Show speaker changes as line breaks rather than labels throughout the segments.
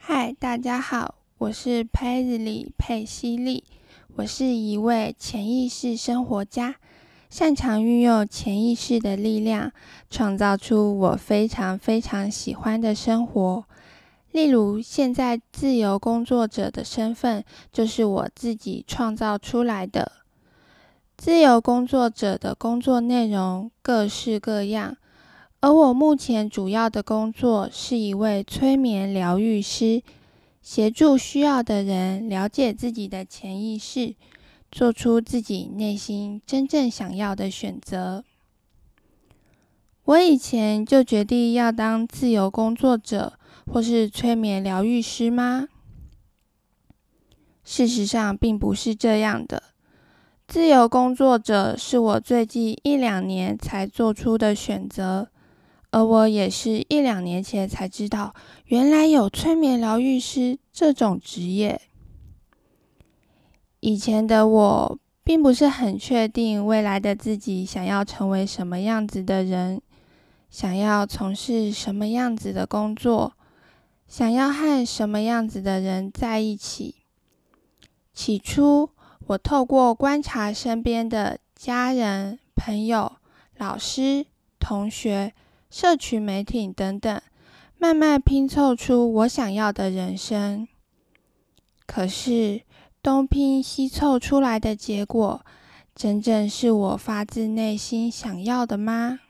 嗨，大家好，我是佩日里佩西利，我是一位潜意识生活家，擅长运用潜意识的力量，创造出我非常非常喜欢的生活。例如，现在自由工作者的身份就是我自己创造出来的。自由工作者的工作内容各式各样，而我目前主要的工作是一位催眠疗愈师，协助需要的人了解自己的潜意识，做出自己内心真正想要的选择。我以前就决定要当自由工作者或是催眠疗愈师吗？事实上并不是这样的。自由工作者是我最近1-2年才做出的选择，而我也是1-2年前才知道，原来有催眠疗愈师这种职业。以前的我并不是很确定未来的自己想要成为什么样子的人，想要从事什么样子的工作，想要和什么样子的人在一起。起初，我透过观察身边的家人、朋友、老师、同学、社群媒体等等，慢慢拼凑出我想要的人生。可是，东拼西凑出来的结果，真正是我发自内心想要的吗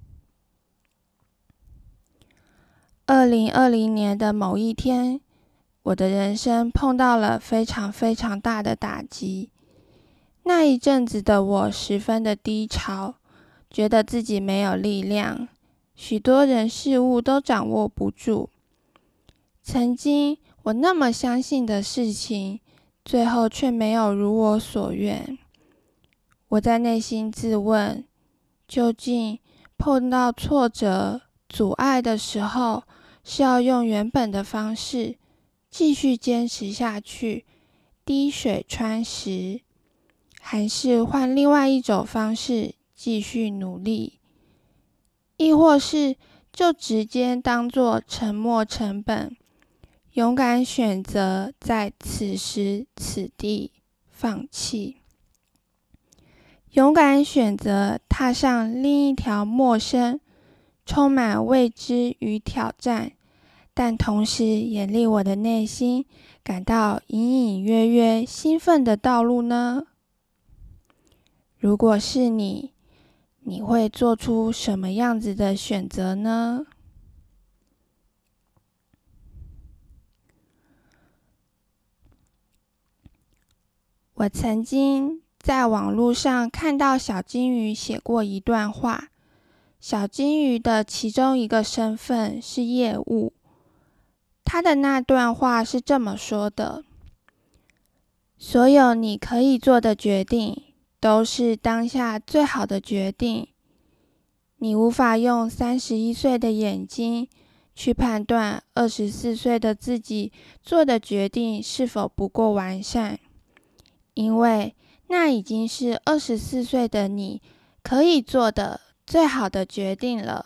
？2020年的某一天，我的人生碰到了非常非常大的打击。那一阵子的我十分的低潮，觉得自己没有力量，许多人事物都掌握不住。曾经我那么相信的事情，最后却没有如我所愿。我在内心自问，究竟碰到挫折、阻碍的时候，是要用原本的方式继续坚持下去，滴水穿石，还是换另外一种方式继续努力，亦或是就直接当作沉没成本，勇敢选择在此时此地放弃，勇敢选择踏上另一条陌生、充满未知与挑战，但同时也令我的内心感到隐隐约约兴奋的道路呢？如果是你，你会做出什么样子的选择呢？我曾经在网络上看到小金鱼写过一段话，小金鱼的其中一个身份是业务。他的那段话是这么说的：所有你可以做的决定，都是当下最好的决定。你无法用31岁的眼睛去判断24岁的自己做的决定是否不够完善，因为那已经是24岁的你可以做的最好的决定了。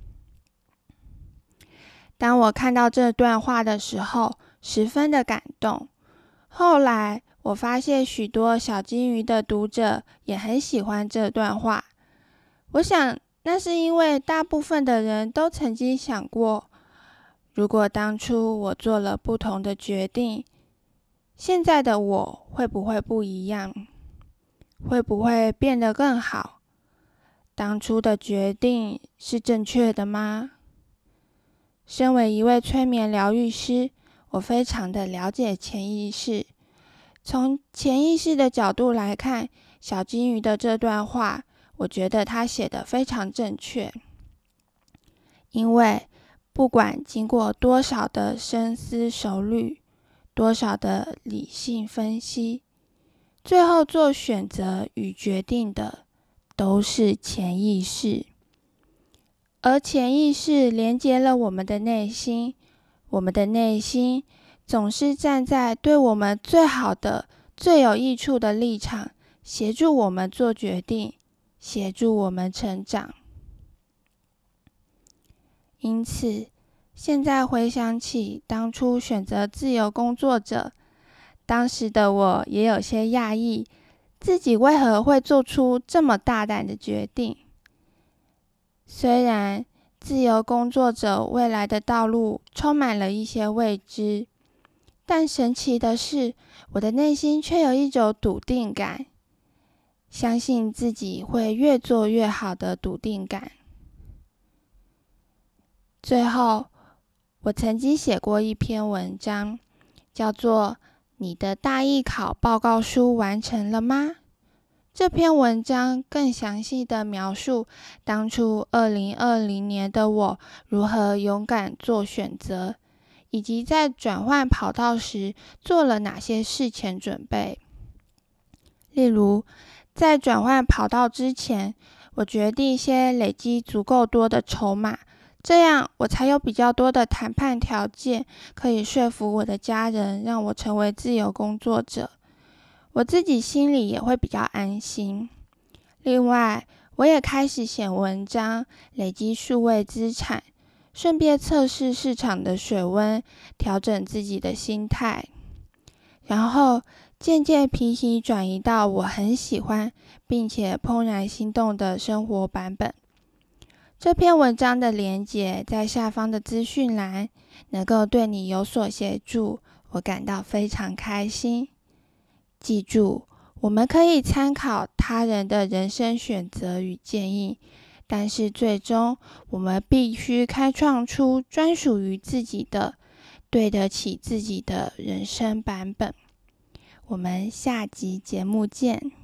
当我看到这段话的时候，十分的感动。后来我发现许多小金鱼的读者也很喜欢这段话。我想那是因为大部分的人都曾经想过，如果当初我做了不同的决定，现在的我会不会不一样？会不会变得更好？当初的决定是正确的吗？身为一位催眠疗愈师，我非常的了解潜意识。从潜意识的角度来看，小金鱼的这段话，我觉得他写得非常正确。因为不管经过多少的深思熟虑，多少的理性分析，最后做选择与决定的都是潜意识。而潜意识连接了我们的内心，我们的内心总是站在对我们最好的、最有益处的立场，协助我们做决定，协助我们成长。因此， 现在回想起当初选择自由工作者，当时的我也有些讶异，自己为何会做出这么大胆的决定。虽然自由工作者未来的道路充满了一些未知，但神奇的是，我的内心却有一种笃定感，相信自己会越做越好的笃定感。最后，我曾经写过一篇文章，叫做你的大艺考报告书完成了吗？这篇文章更详细的描述当初2020年的我如何勇敢做选择，以及在转换跑道时做了哪些事前准备。例如，在转换跑道之前，我决定先累积足够多的筹码，这样我才有比较多的谈判条件，可以说服我的家人让我成为自由工作者。我自己心里也会比较安心。另外，我也开始写文章，累积数位资产，顺便测试市场的水温，调整自己的心态。然后渐渐平行转移到我很喜欢并且怦然心动的生活版本。这篇文章的连结在下方的资讯栏，能够对你有所协助，我感到非常开心。记住，我们可以参考他人的人生选择与建议，但是最终我们必须开创出专属于自己的、对得起自己的人生版本。我们下集节目见。